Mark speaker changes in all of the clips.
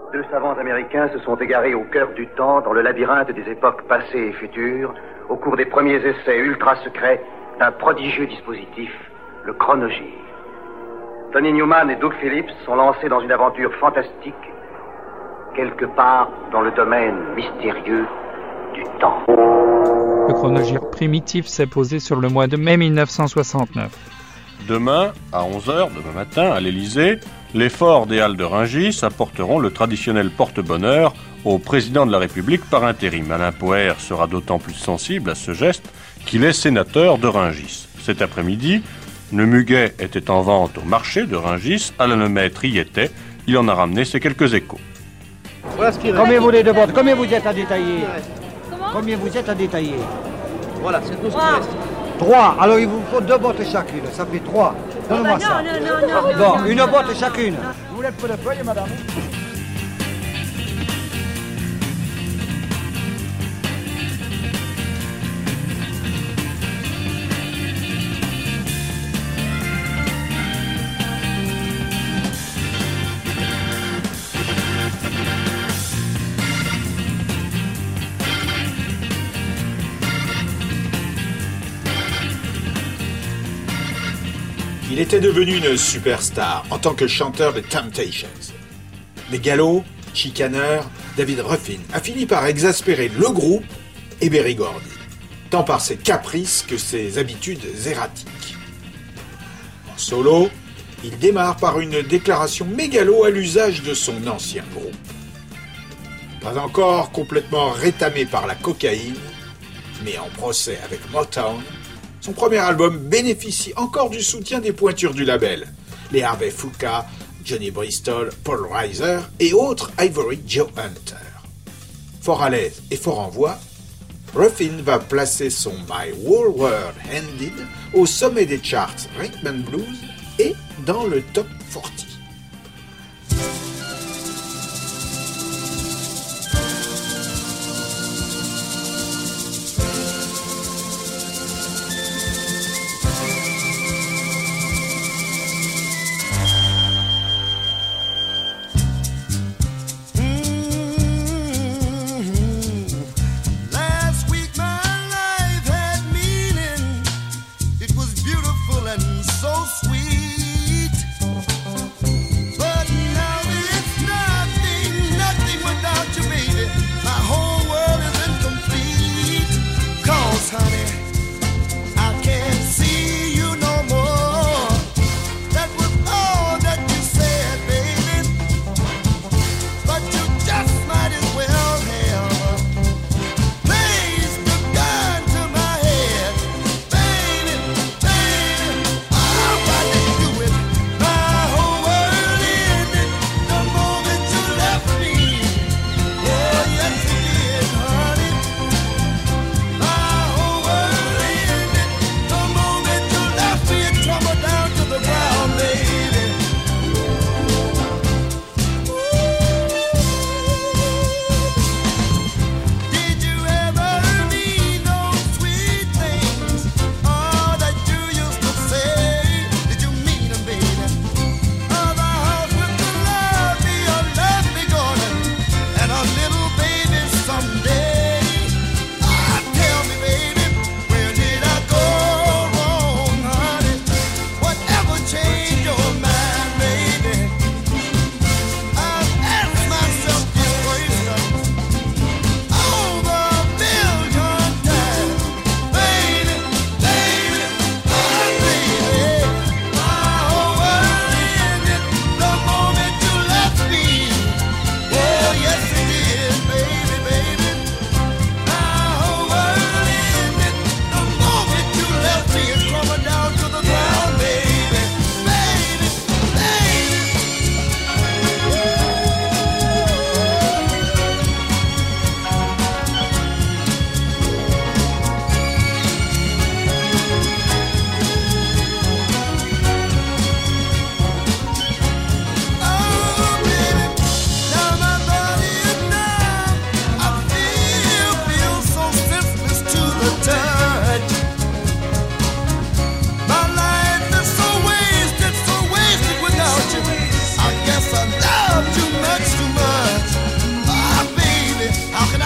Speaker 1: Deux savants américains se sont égarés au cœur du temps, dans le labyrinthe des époques passées et futures, au cours des premiers essais ultra secrets d'un prodigieux dispositif, le chronogire. Tony Newman et Doug Phillips sont lancés dans une aventure fantastique, quelque part dans le domaine mystérieux du temps.
Speaker 2: Le chronogire primitif s'est posé sur le mois de mai 1969.
Speaker 3: Demain, à 11h, demain matin, à l'Élysée, les forts des Halles de Rungis apporteront le traditionnel porte-bonheur au président de la République par intérim. Alain Poher sera d'autant plus sensible à ce geste qu'il est sénateur de Rungis. Cet après-midi, le muguet était en vente au marché de Rungis. Alain Lemaître y était. Il en a ramené ses quelques échos.
Speaker 4: Combien vous les deux boîtes? Combien vous êtes à détailler? Combien vous êtes à détailler?
Speaker 5: Voilà, c'est tout ce qui reste.
Speaker 4: 3. Alors il vous faut 2 boîtes chacune. Ça fait 3. Donne-moi ça. Bon, une boîte chacune. Vous voulez un peu de feuille, madame?
Speaker 6: Il était devenu une superstar en tant que chanteur des Temptations. Mégalo, chicaneur, David Ruffin a fini par exaspérer le groupe et Berry Gordy, tant par ses caprices que ses habitudes erratiques. En solo, il démarre par une déclaration mégalo à l'usage de son ancien groupe. Pas encore complètement rétamé par la cocaïne, mais en procès avec Motown, son premier album bénéficie encore du soutien des pointures du label, les Harvey Fuqua, Johnny Bristol, Paul Reiser et autres Ivory Joe Hunter. Fort à l'aise et fort en voix, Ruffin va placer son My Whole World Ended au sommet des charts Rhythm and Blues et dans le top 40.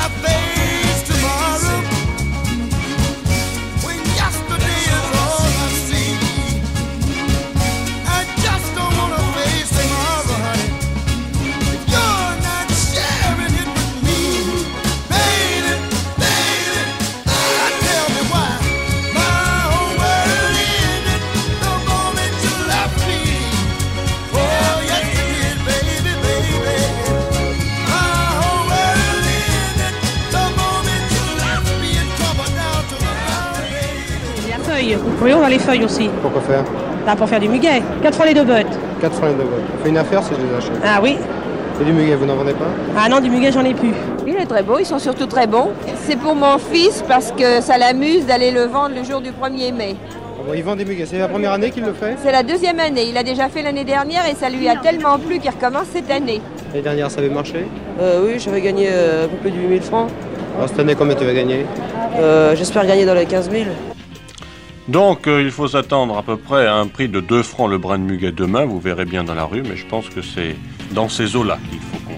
Speaker 7: Oui, on a les feuilles aussi.
Speaker 8: Pourquoi faire?
Speaker 7: Là, pour faire du muguet. 4 fois les 2 bottes.
Speaker 8: 4 francs les 2 bottes. On fait une affaire si je les achète.
Speaker 7: Ah oui.
Speaker 8: Et du muguet, vous n'en vendez pas?
Speaker 7: Ah non, du muguet, j'en ai plus.
Speaker 9: Il est très beau, ils sont surtout très bons. C'est pour mon fils parce que ça l'amuse d'aller le vendre le jour du 1er mai.
Speaker 8: Ah bon, il vend des muguets. C'est la première année qu'il le fait?
Speaker 9: C'est la deuxième année. Il a déjà fait l'année dernière et ça lui a tellement plu qu'il recommence cette année.
Speaker 8: L'année dernière, ça avait marché?
Speaker 10: Oui, j'avais gagné un peu plus de 8000 francs.
Speaker 8: Alors cette année, combien tu vas gagner?
Speaker 10: J'espère gagner dans les 15 000.
Speaker 3: Donc, il faut s'attendre à peu près à un prix de 2 francs le brin de muguet demain. Vous verrez bien dans la rue, mais je pense que c'est dans ces eaux-là qu'il faut compter.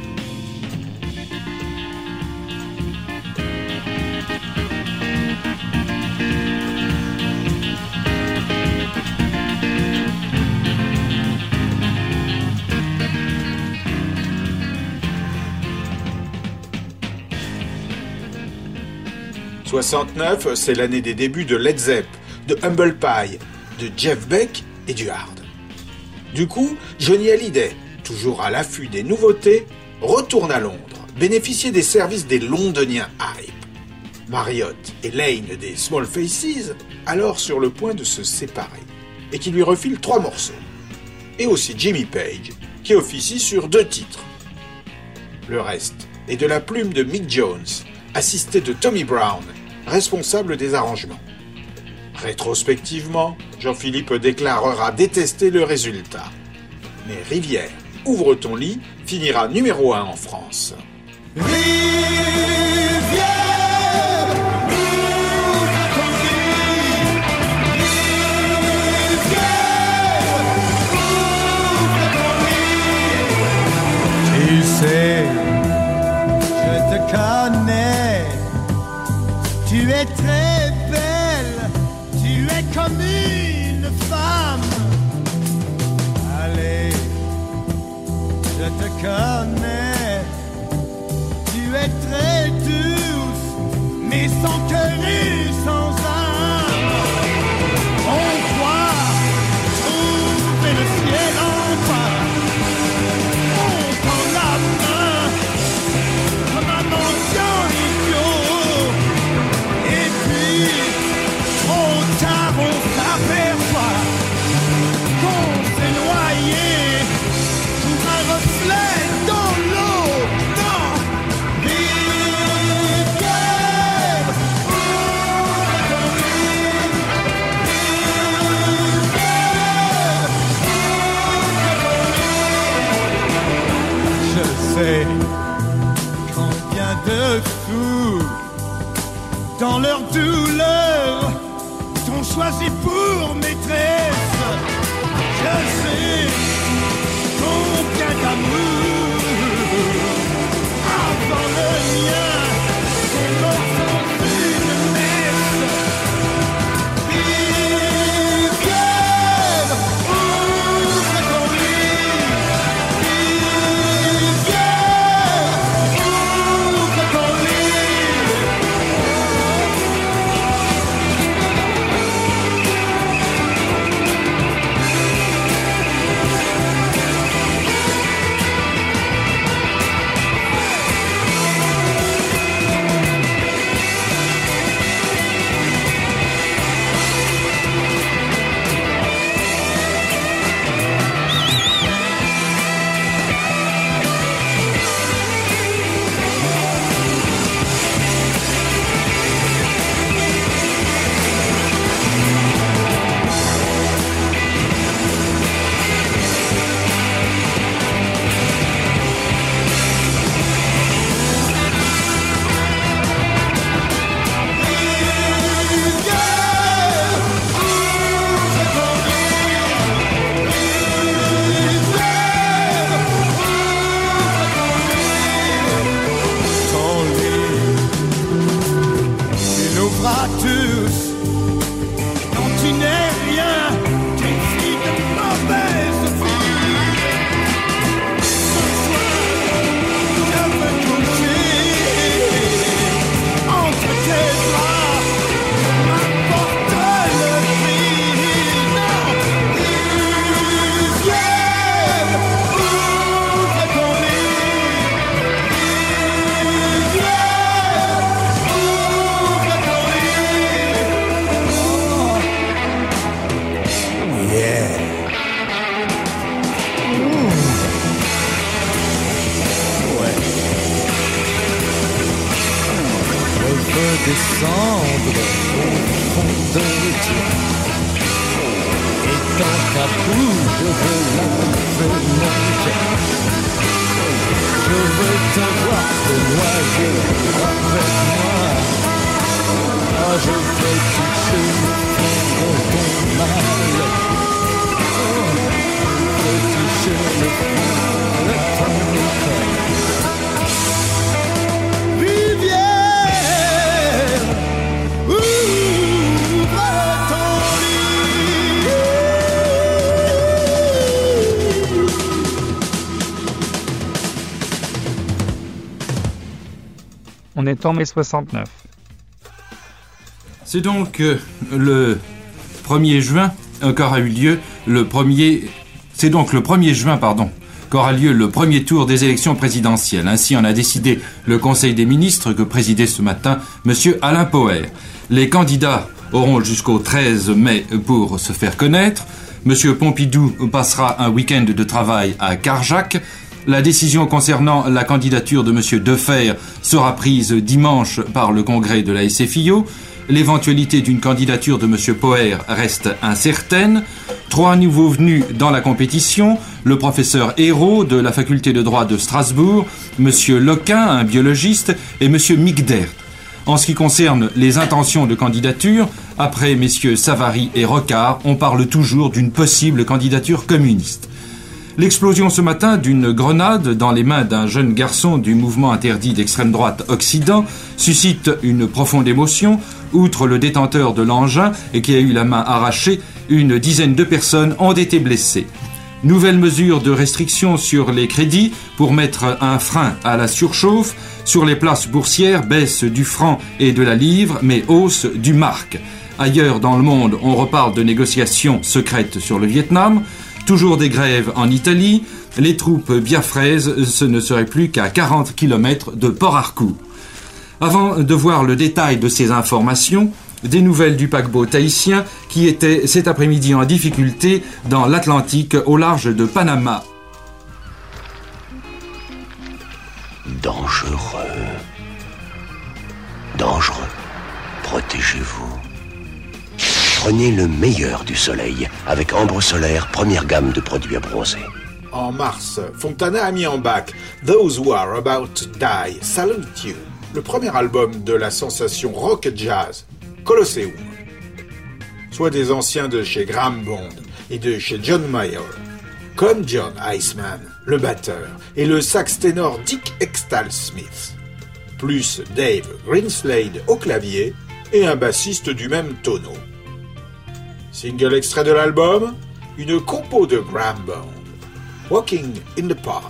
Speaker 6: « 69, c'est l'année des débuts de Led Zepp, de Humble Pie, de Jeff Beck et du Hard. Du coup, Johnny Hallyday, toujours à l'affût des nouveautés, retourne à Londres, bénéficier des services des londoniens Hype. Marriott et Lane des Small Faces, alors sur le point de se séparer, et qui lui refilent 3 morceaux. Et aussi Jimmy Page, qui officie sur 2 titres. Le reste est de la plume de Mick Jones, assisté de Tommy Brown, responsable des arrangements. Rétrospectivement, Jean-Philippe déclarera détester le résultat. Mais Rivière, ouvre ton lit, finira numéro 1 en France.
Speaker 11: Tu sais, je te connais, tu es très belle, tu es comme une femme. Allez, je te connais, tu es très douce, mais sans cœur et sans âme. On croit trouver le ciel en bas. Combien de fous dans leur douleur t'ont choisi pour maîtresse. Je sais combien d'amour avant le mien sont morts sans une messe. Rivière, ouvre ton lit. descendre au fond de Dieu. Et tant qu'à bout, je veux laver mon cœur. Je veux te voir te noyer avec moi. Ah, je veux toucher le fond de ton mal. Je veux toucher le fond de ton cœur. Rivière, ouvre ton lit.
Speaker 2: On est en mai 69.
Speaker 12: C'est donc le 1er juin qu'aura eu lieu le 1er... C'est donc le 1er juin, qu'aura lieu le premier tour des élections présidentielles. Ainsi en a décidé le Conseil des ministres que présidait ce matin M. Alain Poher. Les candidats auront jusqu'au 13 mai pour se faire connaître. M. Pompidou passera un week-end de travail à Carjac. La décision concernant la candidature de M. Defferre sera prise dimanche par le congrès de la SFIO. L'éventualité d'une candidature de M. Poher reste incertaine. 3 nouveaux venus dans la compétition, le professeur Hérault de la faculté de droit de Strasbourg, M. Lequin, un biologiste, et M. Migdert. En ce qui concerne les intentions de candidature, après M. Savary et Rocard, on parle toujours d'une possible candidature communiste. L'explosion ce matin d'une grenade dans les mains d'un jeune garçon du mouvement interdit d'extrême droite Occident suscite une profonde émotion. Outre le détenteur de l'engin et qui a eu la main arrachée, une dizaine de personnes ont été blessées. Nouvelle mesure de restriction sur les crédits pour mettre un frein à la surchauffe. Sur les places boursières, baisse du franc et de la livre, mais hausse du mark. Ailleurs dans le monde, on reparle de négociations secrètes sur le Vietnam. Toujours des grèves en Italie. Les troupes biafraises, ce ne serait plus qu'à 40 km de Port Harcourt. Avant de voir le détail de ces informations, des nouvelles du paquebot tahitien qui était cet après-midi en difficulté dans l'Atlantique au large de Panama.
Speaker 13: Dangereux. Dangereux. Protégez-vous. Prenez le meilleur du soleil avec Ambre Solaire, première gamme de produits à bronzer.
Speaker 6: En mars, Fontana a mis en bac Those Who Are About to Die Salute You, le premier album de la sensation rock et jazz, Colosseum. Soit des anciens de chez Graham Bond et de chez John Mayer, comme John Iceman, le batteur, et le sax ténor Dick Extal Smith, plus Dave Greenslade au clavier et un bassiste du même tonneau. Single extrait de l'album, une compo de Graham Bond, Walking in the Park.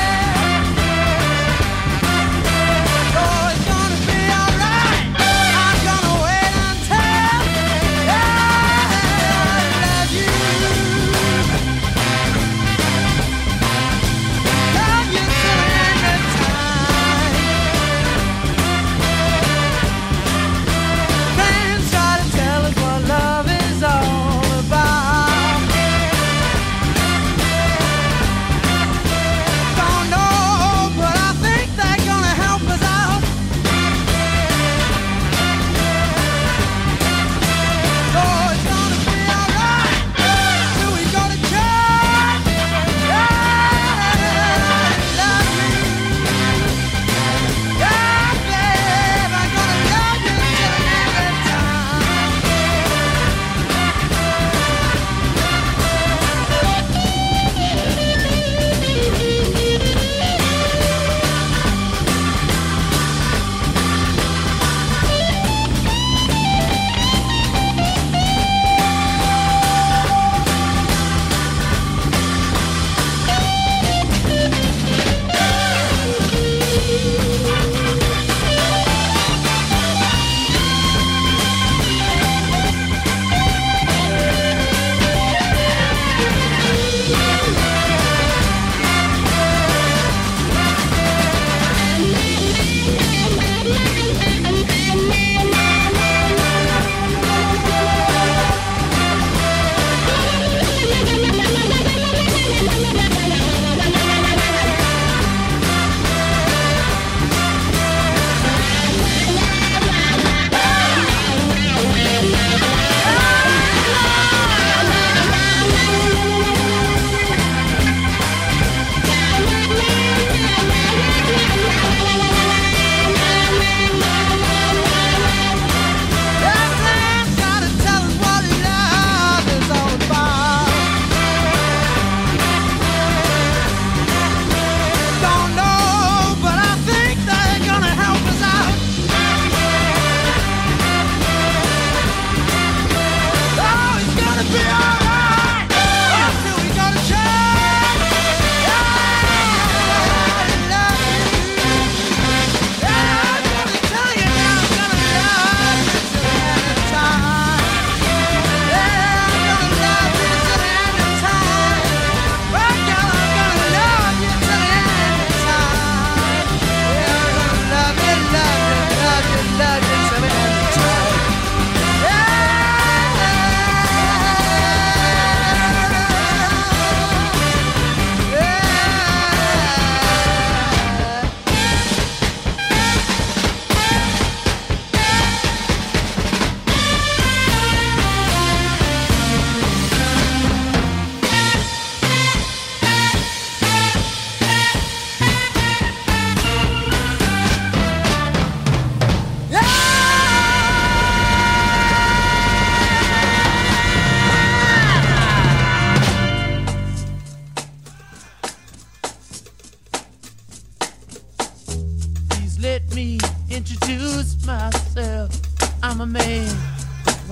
Speaker 11: Oh, it's gonna be alright.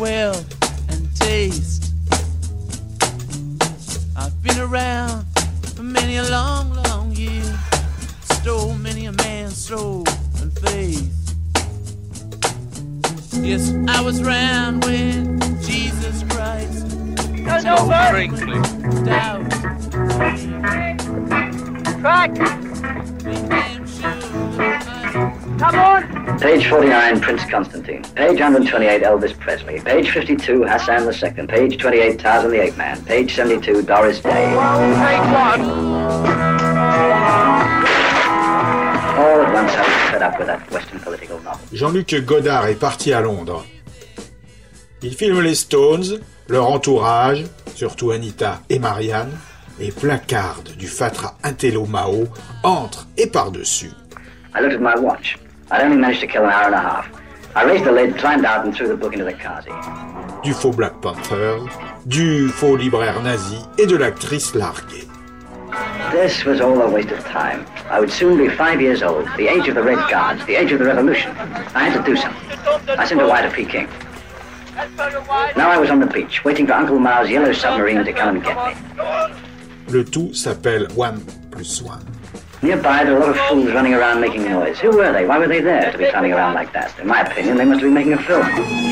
Speaker 11: smell and taste. I've been around for many a long, long year. Stole many a man's soul and faith. Yes, I was round when Jesus Christ died.
Speaker 14: Come on! Page 49, Prince Constantine. Page 128, Elvis Presley. Page 52, Hassan II. Page 28, Tarzan the Ape Man. Page 72, Doris Day. All at once I was fed up with that Western political novel.
Speaker 6: Jean-Luc Godard est parti à Londres. Il filme les Stones, leur entourage, surtout Anita et Marianne, et placarde du fatras intello Mao entre et par-dessus.
Speaker 14: I looked at my watch. I'd only managed to kill an hour and a half. I raised the lid, climbed out and threw the book into the Kazi.
Speaker 6: Du faux Black Panther, du faux libraire nazi et de l'actrice larguée.
Speaker 14: This was all a waste of time. I would soon be 5 years old, the age of the Red Guards, the age of the Revolution. I had to do something. I sent a wire to Peking. Now I was on the beach, waiting for Uncle Mao's yellow submarine to come and get me.
Speaker 6: Le tout s'appelle 1+1.
Speaker 14: Nearby, there were a lot of fools running around making noise. Who were they? Why were they there to be climbing around like that? In my opinion, they must have been making a film.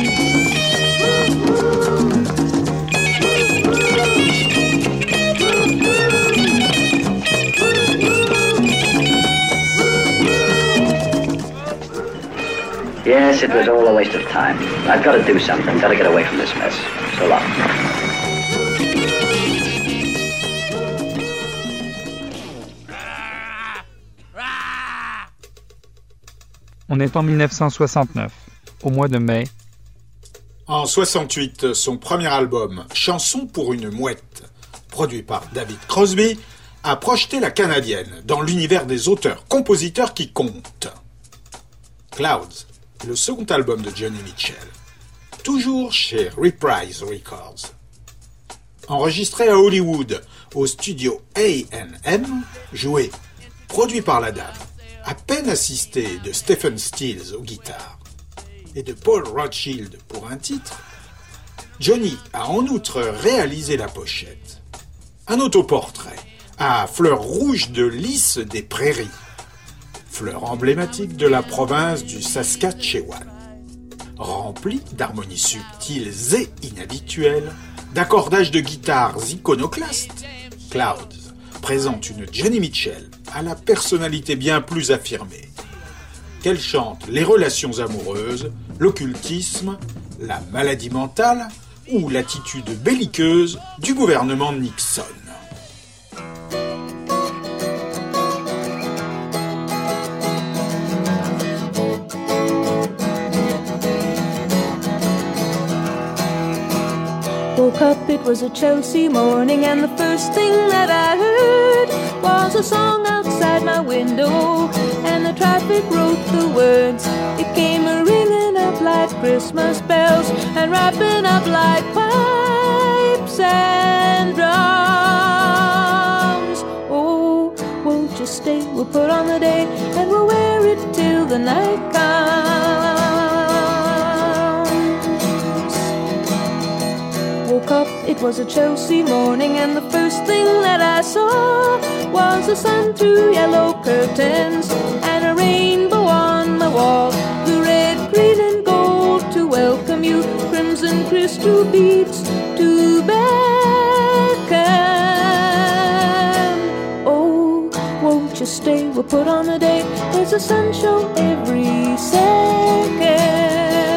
Speaker 14: Yes, it was all a waste of time. I've got to do something. Got to get away from this mess. So long.
Speaker 2: On est en 1969, au mois de mai.
Speaker 6: En 68, son premier album, Chanson pour une mouette, produit par David Crosby, a projeté la Canadienne dans l'univers des auteurs-compositeurs qui comptent. Clouds, le second album de Johnny Mitchell, toujours chez Reprise Records. Enregistré à Hollywood, au studio A&M, joué, produit par la dame, à peine assisté de Stephen Stills aux guitares et de Paul Rothschild pour un titre, Johnny a en outre réalisé la pochette. Un autoportrait à fleurs rouges de lys des prairies, fleur emblématique de la province du Saskatchewan, rempli d'harmonies subtiles et inhabituelles, d'accordages de guitares iconoclastes. Clouds présente une Johnny Mitchell à la personnalité bien plus affirmée, qu'elle chante les relations amoureuses, l'occultisme, la maladie mentale ou l'attitude belliqueuse du gouvernement Nixon.
Speaker 15: Woke up, it was a Chelsea morning, and the first thing that I heard was a song outside my window, and the traffic wrote the words. It came a-ringing up like Christmas bells, and wrapping up like pipes and drums. Oh, won't you stay? We'll put on the day, and we'll wear it till the night comes. Woke up, it was a Chelsea morning, and the first thing that I saw was the sun through yellow curtains and a rainbow on the wall. The red, green and gold to welcome you, crimson crystal beads to beckon. Oh, won't you stay? We'll put on a day. There's a sun show every second.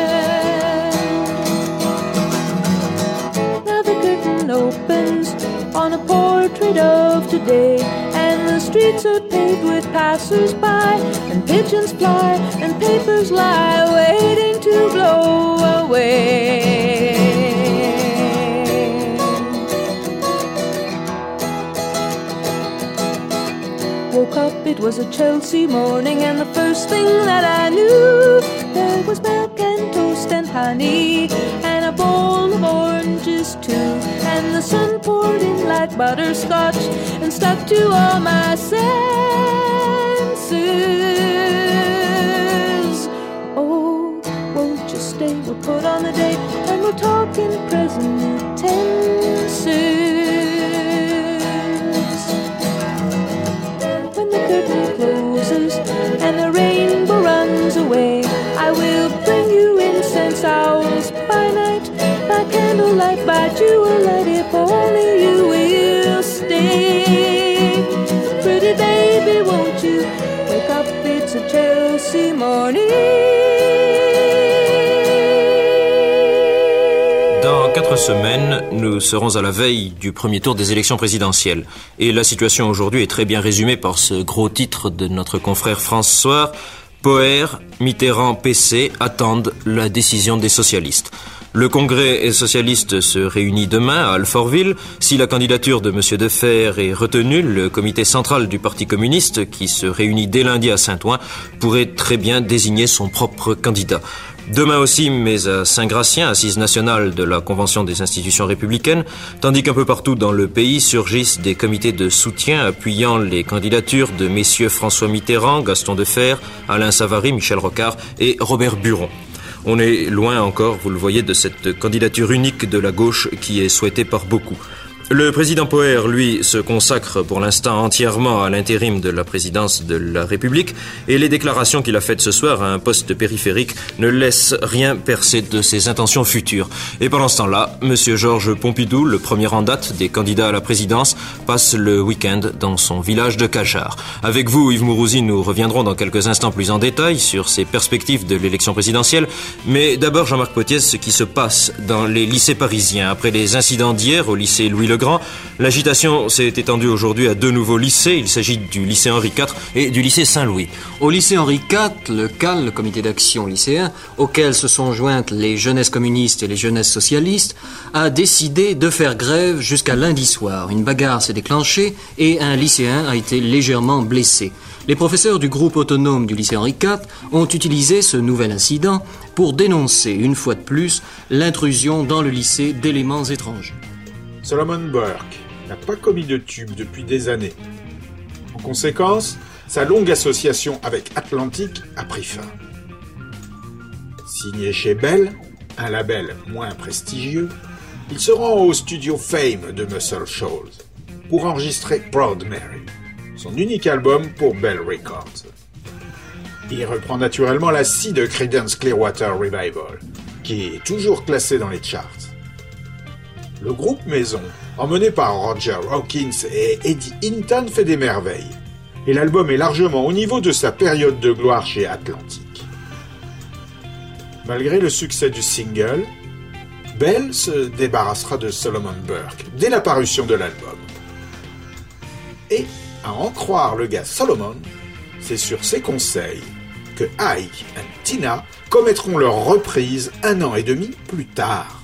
Speaker 15: Opens on a portrait of today, and the streets are paved with passers-by, and pigeons fly, and papers lie waiting to blow away. Woke up, it was a Chelsea morning, and the first thing that I knew, there was milk and toast and honey, and a bowl of oranges too, and the sun poured in like butterscotch and stuck to all my senses. Oh, won't you stay? We'll put on the day, and we'll talk in present tenses. When the curtain closes and the rainbow runs away, I will bring you incense owls by night, by candlelight, by jewellight, if only you will stay. Pretty baby, won't you wake up, it's a Chelsea morning.
Speaker 16: Dans 4 semaines, nous serons à la veille du premier tour des élections présidentielles. Et la situation aujourd'hui est très bien résumée par ce gros titre de notre confrère François. Poher, Mitterrand, PC attendent la décision des socialistes. Le congrès socialiste se réunit demain à Alfortville. Si la candidature de M. Defer est retenue, le comité central du Parti communiste, qui se réunit dès lundi à Saint-Ouen, pourrait très bien désigner son propre candidat. Demain aussi, mais à Saint-Gratien, assise nationale de la Convention des institutions républicaines, tandis qu'un peu partout dans le pays surgissent des comités de soutien appuyant les candidatures de messieurs François Mitterrand, Gaston Defer, Alain Savary, Michel Rocard et Robert Buron. On est loin encore, vous le voyez, de cette candidature unique de la gauche qui est souhaitée par beaucoup. Le président Poher, lui, se consacre pour l'instant entièrement à l'intérim de la présidence de la République et les déclarations qu'il a faites ce soir à un poste périphérique ne laissent rien percer de ses intentions futures. Et pendant ce temps-là, M. Georges Pompidou, le premier en date des candidats à la présidence, passe le week-end dans son village de Cachard. Avec vous, Yves Mourouzi, nous reviendrons dans quelques instants plus en détail sur ses perspectives de l'élection présidentielle. Mais d'abord, Jean-Marc Potiez, ce qui se passe dans les lycées parisiens. Après les incidents d'hier au lycée Louis-le-Grand, l'agitation s'est étendue aujourd'hui à 2 nouveaux lycées. Il s'agit du lycée Henri IV et du lycée Saint-Louis.
Speaker 17: Au lycée Henri IV, le CAL, le comité d'action lycéen, auquel se sont jointes les jeunesses communistes et les jeunesses socialistes, a décidé de faire grève jusqu'à lundi soir. Une bagarre s'est déclenchée et un lycéen a été légèrement blessé. Les professeurs du groupe autonome du lycée Henri IV ont utilisé ce nouvel incident pour dénoncer une fois de plus l'intrusion dans le lycée d'éléments étrangers.
Speaker 6: Solomon Burke n'a pas commis de tube depuis des années. En conséquence, sa longue association avec Atlantic a pris fin. Signé chez Bell, un label moins prestigieux, il se rend au studio Fame de Muscle Shoals pour enregistrer Proud Mary, son unique album pour Bell Records. Il reprend naturellement la scie de Creedence Clearwater Revival, qui est toujours classée dans les charts. Le groupe maison, emmené par Roger Hawkins et Eddie Hinton, fait des merveilles. Et l'album est largement au niveau de sa période de gloire chez Atlantic. Malgré le succès du single, Bell se débarrassera de Solomon Burke dès la parution de l'album. Et, à en croire le gars Solomon, c'est sur ses conseils que Ike et Tina commettront leur reprise 1 an et demi plus tard.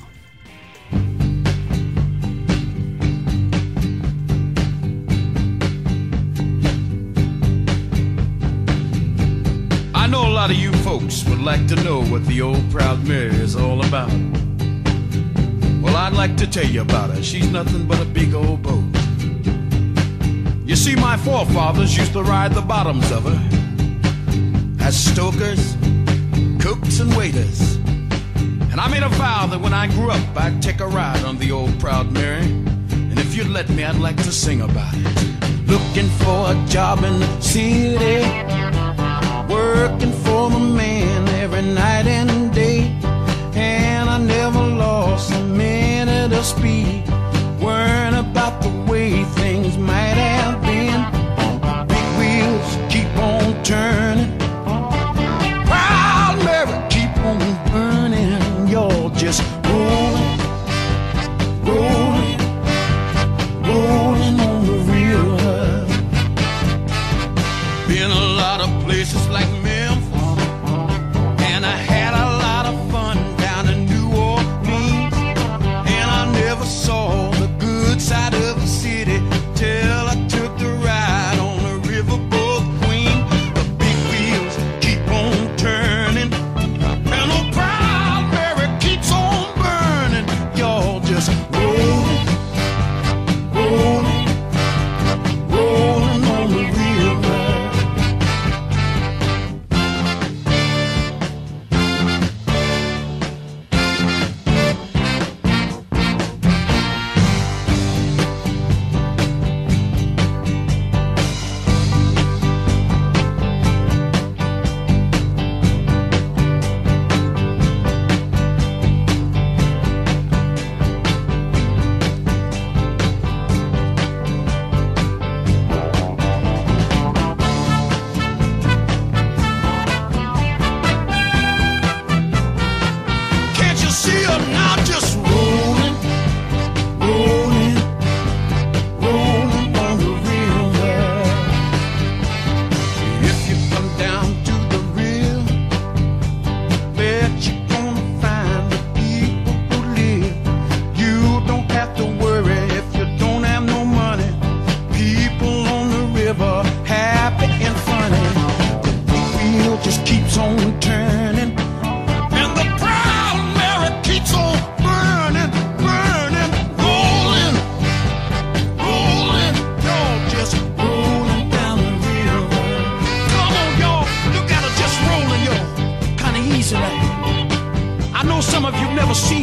Speaker 18: I know a lot of you folks would like to know what the old Proud Mary is all about. Well, I'd like to tell you about her. She's nothing but a big old boat. You see, my forefathers used to ride the bottoms of her as stokers, cooks, and waiters. And I made a vow that when I grew up, I'd take a ride on the old Proud Mary. And if you'd let me, I'd like to sing about it. Looking for a job in the city, working for the man every night and day. And I never lost a minute of speed, worrying about the way things might have been. Big wheels keep on turning, Proud Mary keep on burning. You're just rolling, rolling, rolling on the river. Been a lot of places like Memphis, and I had a lot of fun down in New Orleans, and I never saw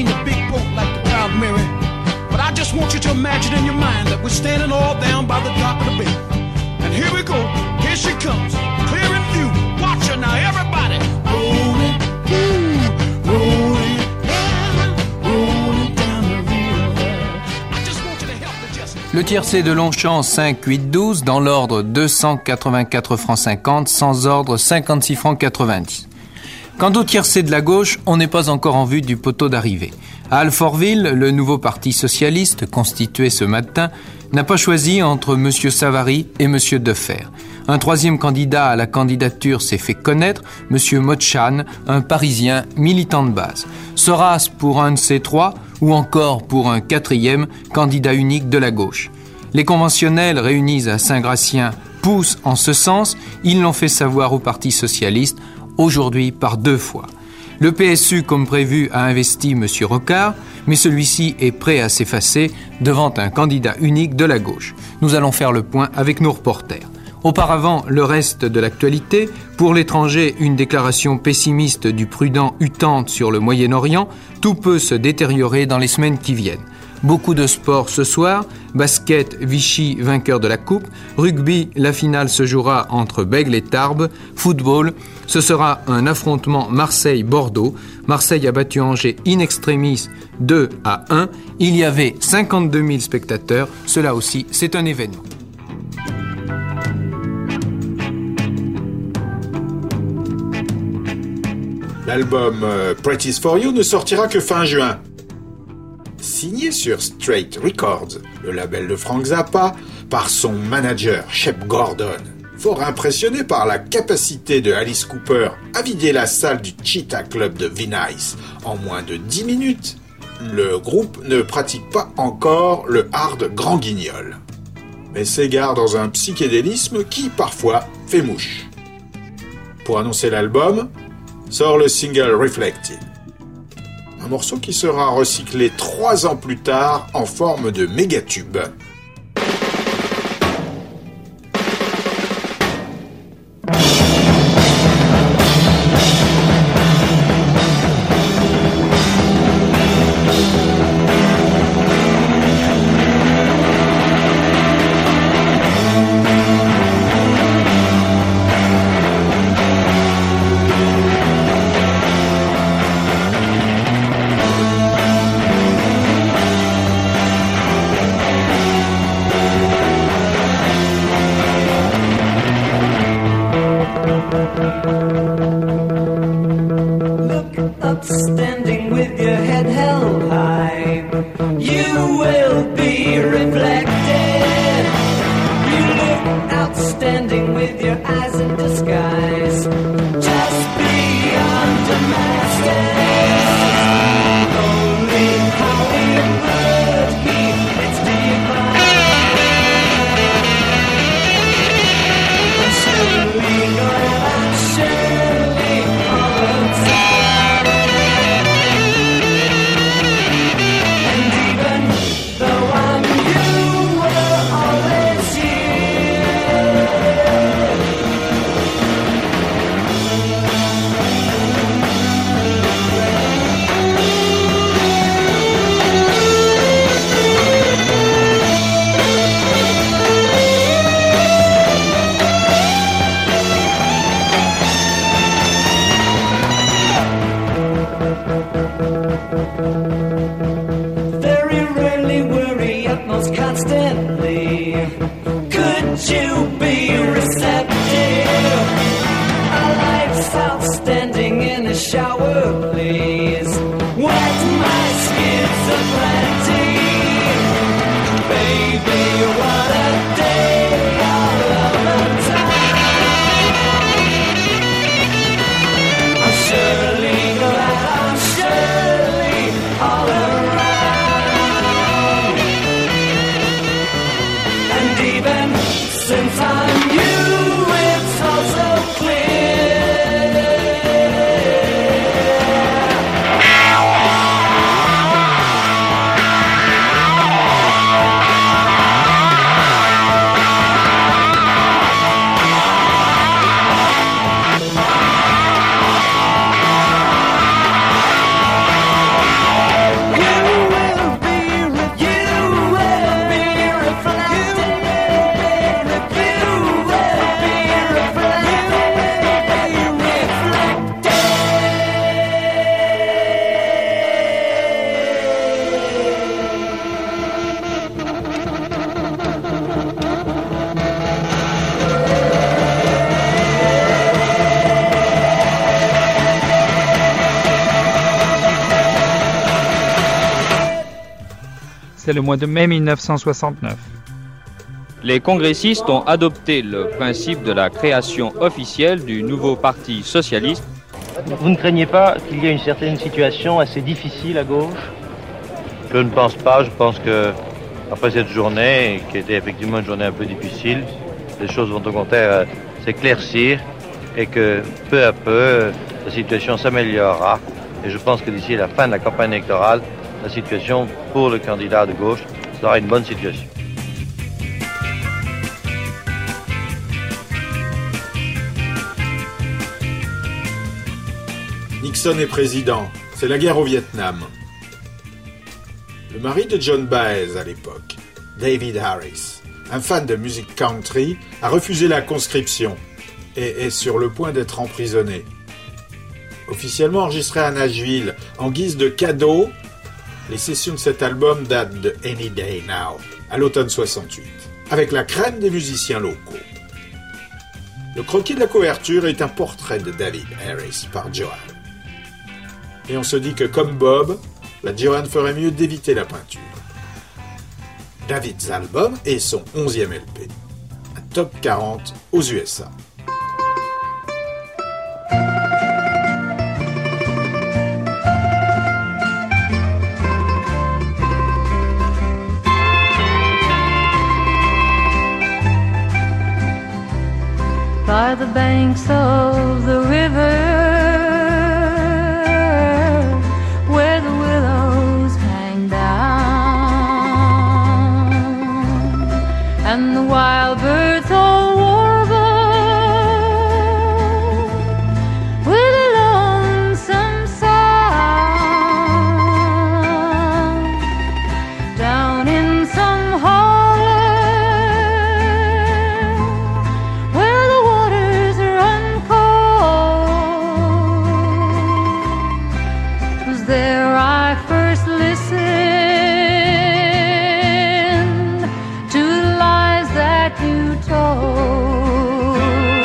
Speaker 18: seen a big boat like the Proud Mary. But I just want you to imagine in your mind that we're standing all down by the dock of the bay. And here we go, here she comes, clear in view. Watch her now, everybody. Rolling, rolling down, rolling down the river. I just want you to help me just...
Speaker 19: Le tiercé de Longchamp 5, 8, 12, dans l'ordre 284 francs 50, sans ordre 56 francs 90. Quant au tiercé de la gauche, on n'est pas encore en vue du poteau d'arrivée. À Alfortville, le nouveau parti socialiste, constitué ce matin, n'a pas choisi entre M. Savary et M. Defer. Un troisième candidat à la candidature s'est fait connaître, M. Motchan, un Parisien militant de base. Sera-ce pour un de ces trois ou encore pour un quatrième candidat unique de la gauche? Les conventionnels réunis à Saint-Gratien poussent en ce sens, ils l'ont fait savoir au Parti socialiste, aujourd'hui par 2 fois. Le PSU, comme prévu, a investi M. Rocard, mais celui-ci est prêt à s'effacer devant un candidat unique de la gauche. Nous allons faire le point avec nos reporters. Auparavant, le reste de l'actualité. Pour l'étranger, une déclaration pessimiste du prudent Huttante sur le Moyen-Orient. Tout peut se détériorer dans les semaines qui viennent. Beaucoup de sport ce soir, basket, Vichy vainqueur de la coupe, rugby, la finale se jouera entre Bègles et Tarbes, football, ce sera un affrontement Marseille-Bordeaux, Marseille a battu Angers in extremis 2-1, il y avait 52 000 spectateurs, cela aussi c'est un événement.
Speaker 6: L'album Practice for You ne sortira que fin juin. Signé sur Straight Records, le label de Frank Zappa, par son manager Shep Gordon. Fort impressionné par la capacité de Alice Cooper à vider la salle du Cheetah Club de Venice en moins de 10 minutes, le groupe ne pratique pas encore le hard grand guignol, mais s'égare dans un psychédélisme qui parfois fait mouche. Pour annoncer l'album, sort le single Reflected. Un morceau qui sera recyclé 3 ans plus tard en forme de mégatube.
Speaker 11: Standing with your head held high, you will be reflected. You look outstanding with your eyes in disguise, just beyond a master. Only Hollywood heat, it's divine. I'm surely glad I'm surely all the time. Very rarely worry utmost constantly. Could you be receptive? Our life's outstanding in a shower, please. Wet my schizophreny. Baby, what a day all of the time. I'm surely glad I'm surely all around. And even since I'm you, it's all so clear.
Speaker 2: C'est le mois de mai 1969.
Speaker 20: Les congressistes ont adopté le principe de la création officielle du nouveau parti socialiste.
Speaker 21: Vous ne craignez pas qu'il y ait une certaine situation assez difficile à gauche?
Speaker 22: Je ne pense pas. Je pense que après cette journée, qui était effectivement une journée un peu difficile, les choses vont au contraire s'éclaircir et que peu à peu, la situation s'améliorera. Et je pense que d'ici la fin de la campagne électorale, la situation pour le candidat de gauche sera une bonne situation.
Speaker 6: Nixon est président. C'est la guerre au Vietnam. Le mari de John Baez à l'époque, David Harris, un fan de musique country, a refusé la conscription et est sur le point d'être emprisonné. Officiellement enregistré à Nashville en guise de cadeau, les sessions de cet album datent de Any Day Now, à l'automne 68, avec la crème des musiciens locaux. Le croquis de la couverture est un portrait de David Harris par Joanne. Et on se dit que comme Bob, la Joanne ferait mieux d'éviter la peinture. David's album est son 11e LP, un top 40 aux USA.
Speaker 15: By the banks of the river, where the willows hang down, and the wild birds all warble with a lonesome sound, down in some hollow where the waters run cold. 'Twas there I first listened to the lies that you told.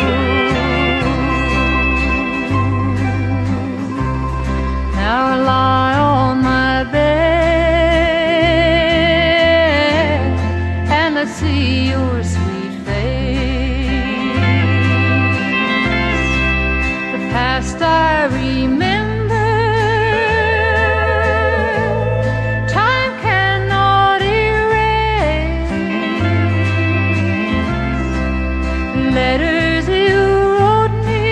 Speaker 15: Now I lie on my bed and I see your sweet face. The past I remember, time cannot erase. Letters you wrote me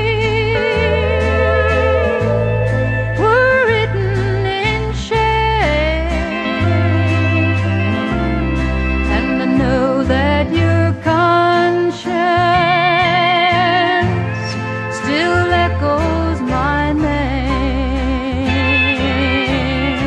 Speaker 15: were written in shame, and I know that your conscience still echoes my name.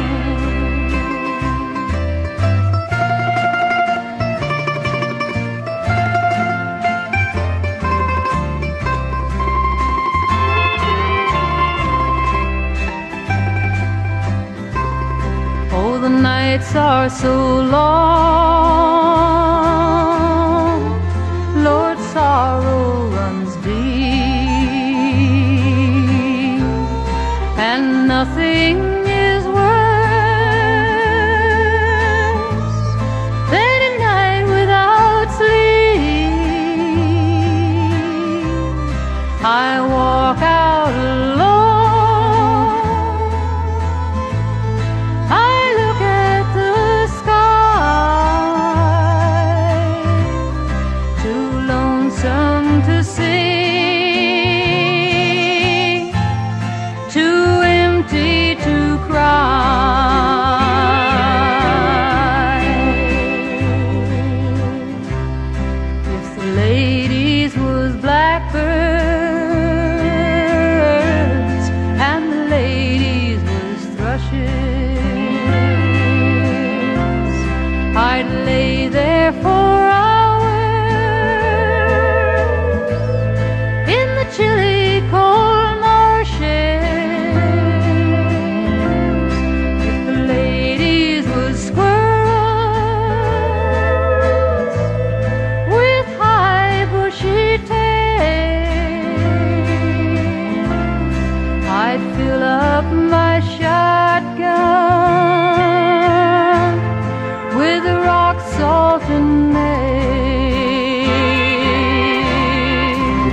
Speaker 15: Oh, the nights are so long, Lord, sorrow runs deep, and nothing is worse than a night without sleep. I walk out alone, I look at the sky, too lonesome to sing, too empty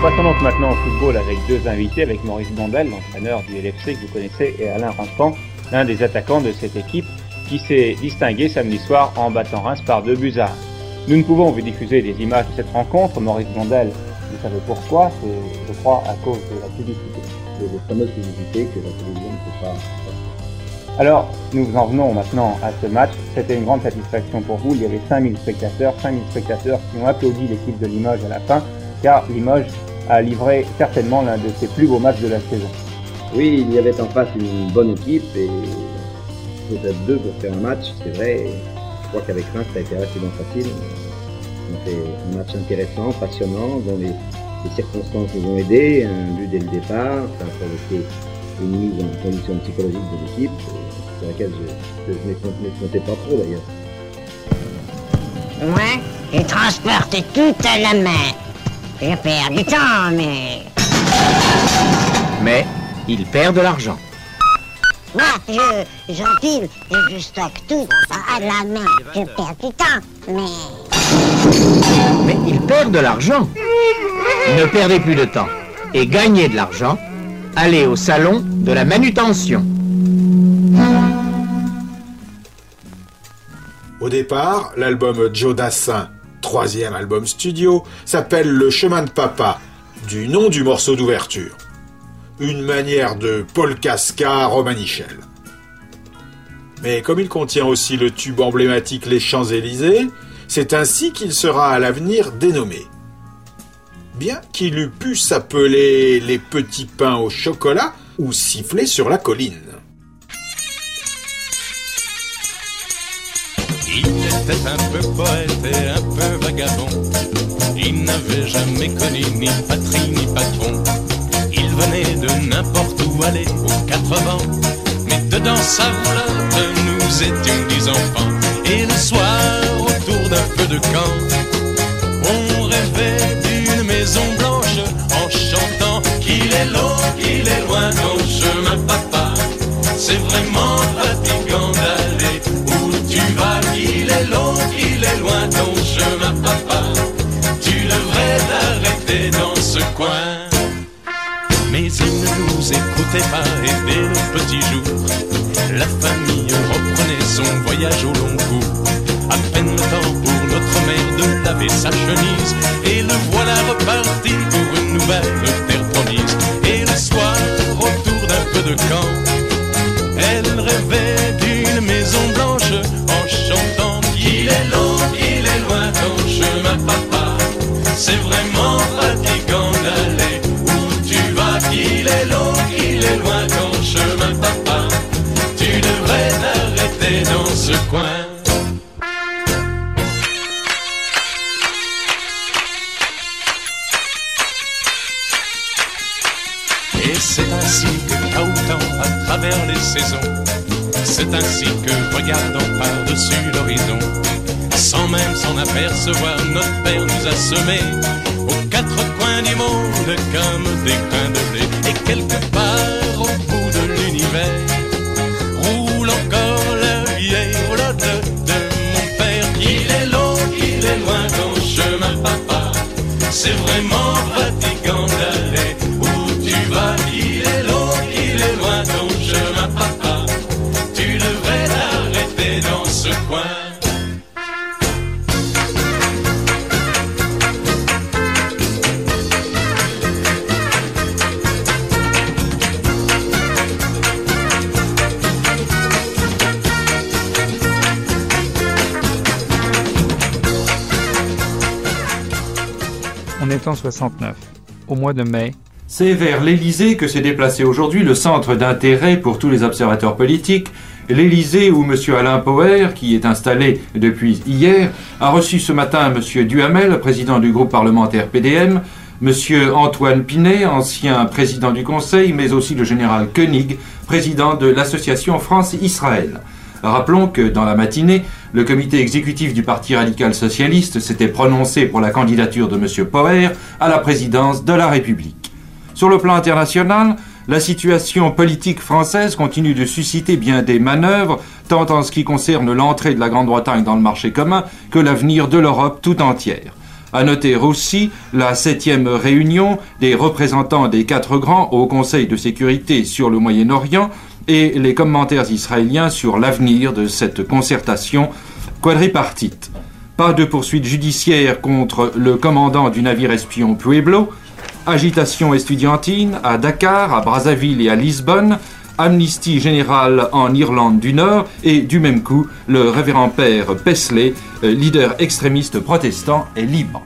Speaker 1: Passons donc maintenant au football avec deux invités, avec Maurice Blondel, l'entraîneur du LFC que vous connaissez, et Alain Rampant, l'un des attaquants de cette équipe qui s'est distingué samedi soir en battant Reims par 2-1. Nous ne pouvons vous diffuser des images de cette rencontre. Maurice Blondel, vous savez pourquoi? C'est, je crois, à cause de la publicité.
Speaker 5: De la fameuse publicité que la télévision ne peut pas.
Speaker 1: Alors, nous en venons maintenant à ce match. C'était une grande satisfaction pour vous. Il y avait 5000 spectateurs qui ont applaudi l'équipe de Limoges à la fin, car Limoges a livré certainement l'un de ses plus beaux matchs de la saison.
Speaker 5: Oui, il y avait en face une bonne équipe et peut-être deux pour faire un match, c'est vrai. Je crois qu'avec Reims, ça a été relativement facile. On fait un match intéressant, passionnant, dont les circonstances nous ont aidés. Un but dès le départ, ça a provoqué une mise en condition psychologique de l'équipe, sur laquelle je ne comptais pas trop d'ailleurs.
Speaker 23: Moi, j'ai transporté tout à la main. Je perds du temps,
Speaker 24: Mais il perd de l'argent.
Speaker 23: Moi, j'empile et je stocke tout à la main. Je perds du temps,
Speaker 24: Mais il perd de l'argent. Ne perdez plus de temps et gagnez de l'argent. Allez au salon de la manutention.
Speaker 6: Au départ, l'album Joe Dassin, troisième album studio, s'appelle Le Chemin de Papa, du nom du morceau d'ouverture. Une manière de polka-ska romanichel. Mais comme il contient aussi le tube emblématique Les Champs-Élysées, c'est ainsi qu'il sera à l'avenir dénommé. Bien qu'il eût pu s'appeler Les Petits Pains au chocolat ou Siffler sur la colline.
Speaker 25: Il était un peu poète et un peu vagabond. Il n'avait jamais connu ni patrie ni patron. Il venait de n'importe où aller aux 4 vents. Mais dedans sa roulotte, nous étions 10 enfants. Et le soir, autour d'un feu de camp, on rêvait d'une maison blanche en chantant qu'il est long, qu'il est loin ton chemin papa. C'est vraiment fatigant d'aller où tu vas. Qu'il est long, qu'il est loin ton chemin papa. Tu devrais t'arrêter dans ce coin. Mais il ne nous écoutait pas et dès le petit jour, la famille reprenait son voyage au long cours. À peine le temps pour notre mère de laver sa chemise, et le voilà reparti pour une nouvelle terre promise. Et le soir, autour d'un feu de camp, elle rêvait d'une maison blanche en chantant qu'il est long, qu'il est loin ton chemin papa. C'est vraiment fatigant d'aller où tu vas. Qu'il est long, qu'il est loin ton chemin papa. Tu devrais t'arrêter dans ce coin. Et c'est ainsi que cahotant à travers les saisons, c'est ainsi que regardant par-dessus l'horizon, sans même s'en apercevoir, notre père nous a semés aux 4 coins du monde comme des grains de blé. Et quelque part au bout de l'univers roule encore la vieille roulotte de mon père. Qu'il est long, qu'il est loin ton chemin papa. C'est vraiment fatigant d'aller où tu vas. Qu'il est long, qu'il est loin ton chemin papa. Tu devrais t'arrêter dans ce coin.
Speaker 2: On est en 69, au mois de mai.
Speaker 12: C'est vers l'Élysée que s'est déplacé aujourd'hui le centre d'intérêt pour tous les observateurs politiques. L'Élysée où M. Alain Poher, qui est installé depuis hier, a reçu ce matin M. Duhamel, président du groupe parlementaire PDM, M. Antoine Pinet, ancien président du Conseil, mais aussi le général Koenig, président de l'association France-Israël. Rappelons que dans la matinée, le comité exécutif du Parti radical socialiste s'était prononcé pour la candidature de M. Poher à la présidence de la République. Sur le plan international, la situation politique française continue de susciter bien des manœuvres, tant en ce qui concerne l'entrée de la Grande-Bretagne dans le marché commun que l'avenir de l'Europe tout entière. À noter aussi la 7e réunion des représentants des 4 grands au Conseil de sécurité sur le Moyen-Orient et les commentaires israéliens sur l'avenir de cette concertation quadripartite. Pas de poursuite judiciaire contre le commandant du navire espion Pueblo, agitation estudiantine à Dakar, à Brazzaville et à Lisbonne, amnistie générale en Irlande du Nord et du même coup, le révérend père Paisley, leader extrémiste protestant, est libre.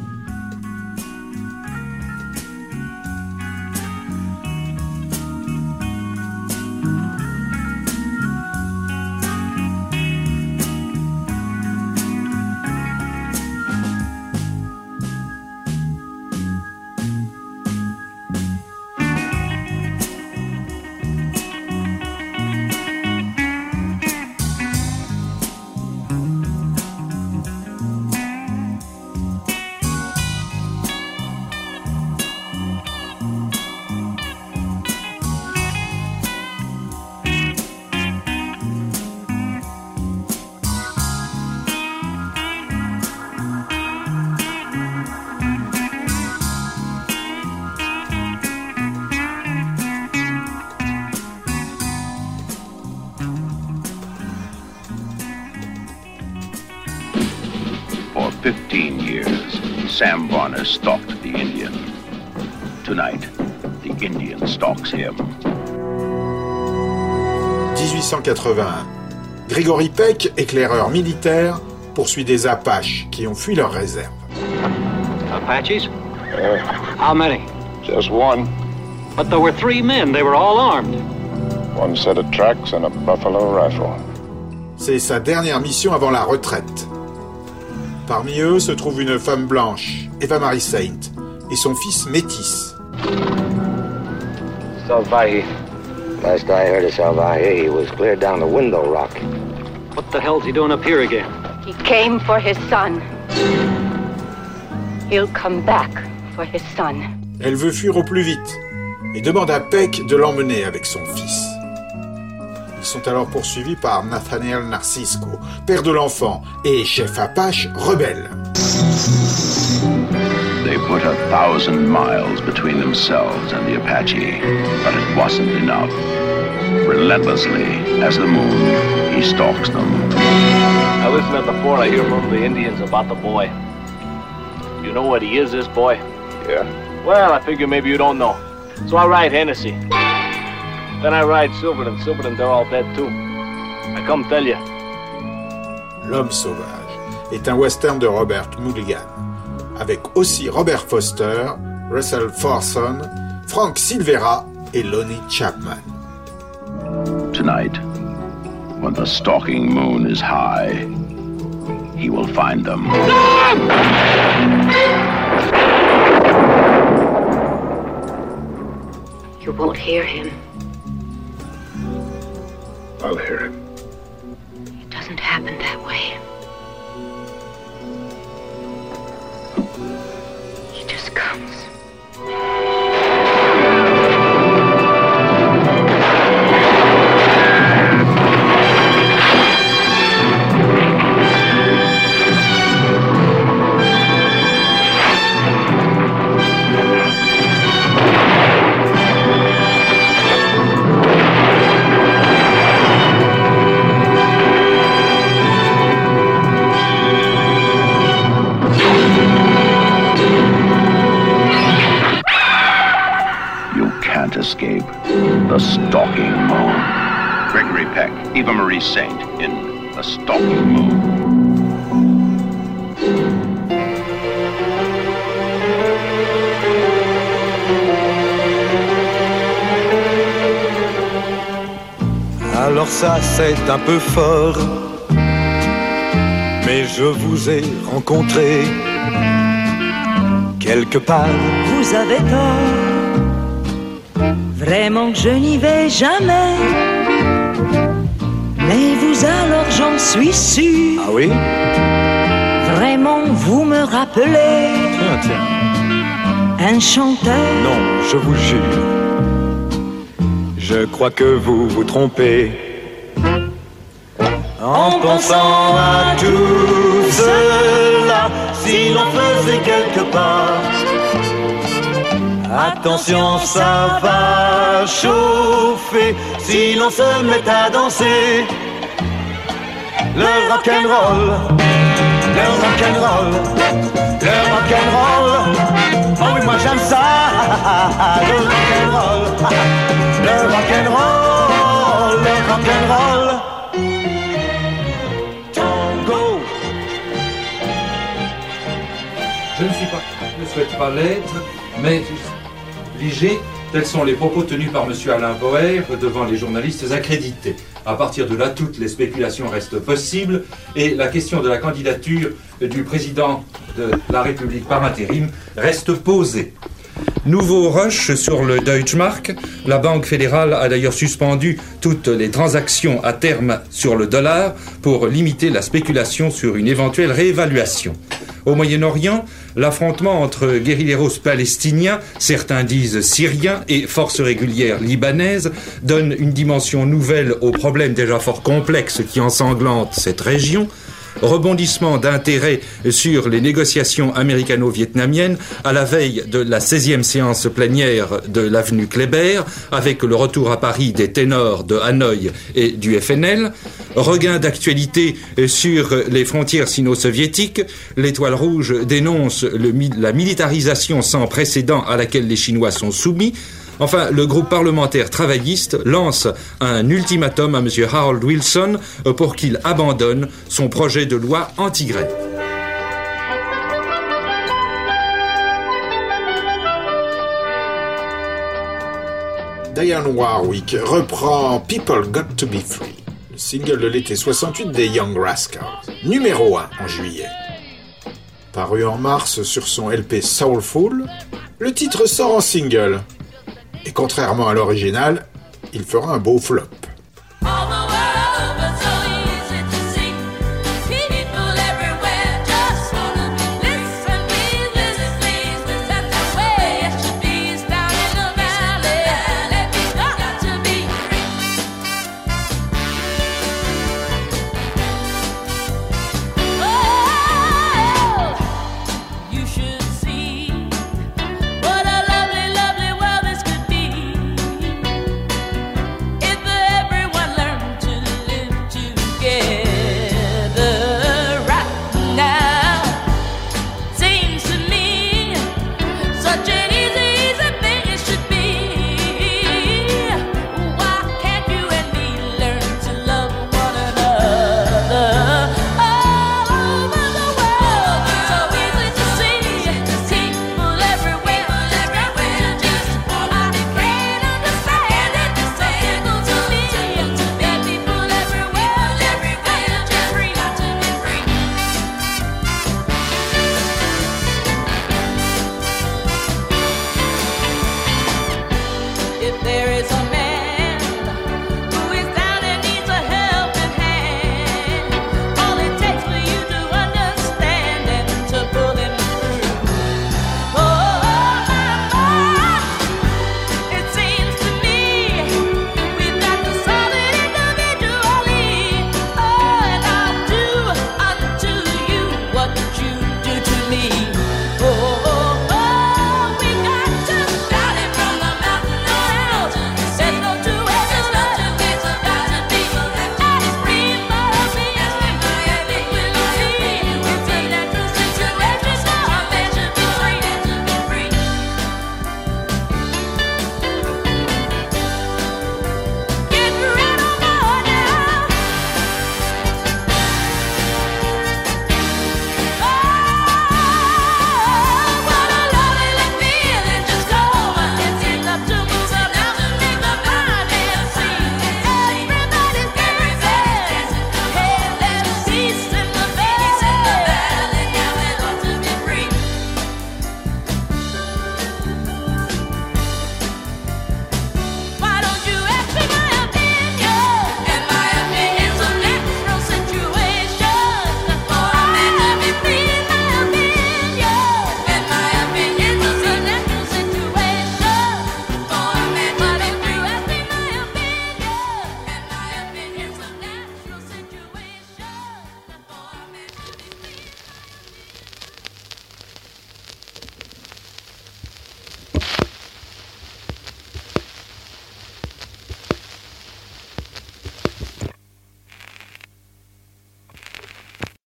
Speaker 4: For 15 years, Sam Varner stalked the Indian. Tonight, the Indian stalks him.
Speaker 6: 1881. Gregory Peck, éclaireur militaire, poursuit des Apaches qui ont fui leur réserve.
Speaker 7: Apaches? How many?
Speaker 8: Just one.
Speaker 7: But there were 3 men. They were all armed.
Speaker 8: One set of tracks and a buffalo rifle.
Speaker 6: C'est sa dernière mission avant la retraite. Parmi eux se trouve une femme blanche, Eva Marie Saint, et son fils métis.
Speaker 14: Salvahi. Last I heard of Salvahi, he was clear down the Window Rock.
Speaker 7: What the hell's he doing up here again?
Speaker 9: He came for his son. He'll come back for his son.
Speaker 6: Elle veut fuir au plus vite et demande à Peck de l'emmener avec son fils. Ils sont alors poursuivis par Nathaniel Narcisco, père de l'enfant et chef Apache rebelle.
Speaker 4: They put 1,000 miles between themselves and the Apache, but it wasn't enough. Relentlessly, as the moon, he stalks them.
Speaker 10: I listen at the fort, I hear from the Indians about the boy. You know what he is, this boy?
Speaker 8: Yeah.
Speaker 10: Well, I figure maybe you don't know. So I ride Hennessy. Then I ride Silverton. Silverton, they're all dead too. I come tell you.
Speaker 6: L'homme sauvage est un western de Robert Mulligan, avec aussi Robert Foster, Russell Thorson, Frank Silvera et Lonnie Chapman.
Speaker 4: Tonight, when the stalking moon is high, he will find them.
Speaker 9: You won't hear him.
Speaker 8: I'll hear him.
Speaker 9: It doesn't happen that way. He just comes.
Speaker 4: Escape the stalking moon. Gregory Peck, Eva Marie Saint in The Stalking Moon.
Speaker 11: Alors ça c'est un peu fort, mais je vous ai rencontré quelque part.
Speaker 26: Vous avez tort. Vraiment que je n'y vais jamais. Mais vous alors j'en suis sûr.
Speaker 11: Ah oui?
Speaker 26: Vraiment vous me rappelez.
Speaker 11: Tiens.
Speaker 26: Un chanteur.
Speaker 11: Non, je vous jure. Je crois que vous vous trompez. En pensant à tout cela, si si l'on faisait quelques pas. Attention, ça va chauffer si l'on se met à danser. Le rock'n'roll, le rock'n'roll, le rock'n'roll. Oh oui, moi j'aime ça. Le rock'n'roll, le rock'n'roll, le rock'n'roll. Tango.
Speaker 12: Je ne souhaite pas l'être, mais obligé. Tels sont les propos tenus par M. Alain Boer devant les journalistes accrédités. À partir de là, toutes les spéculations restent possibles et la question de la candidature du président de la République par intérim reste posée. Nouveau rush sur le Deutschmark. La Banque fédérale a d'ailleurs suspendu toutes les transactions à terme sur le dollar pour limiter la spéculation sur une éventuelle réévaluation. Au Moyen-Orient, l'affrontement entre guérilleros palestiniens, certains disent syriens, et forces régulières libanaises donne une dimension nouvelle aux problèmes déjà fort complexes qui ensanglantent cette région. Rebondissement d'intérêt sur les négociations américano-vietnamiennes à la veille de la 16e séance plénière de l'avenue Kléber, avec le retour à Paris des ténors de Hanoï et du FNL. Regain d'actualité sur les frontières sino-soviétiques. L'Étoile Rouge dénonce la militarisation sans précédent à laquelle les Chinois sont soumis. Enfin, le groupe parlementaire travailliste lance un ultimatum à M. Harold Wilson pour qu'il abandonne son projet de loi anti-grève.
Speaker 6: Dionne Warwick reprend People Got to Be Free, le single de l'été 68 des Young Rascals, numéro 1 en juillet. Paru en mars sur son LP Soulful, le titre sort en single. Et contrairement à l'original, il fera un beau flop.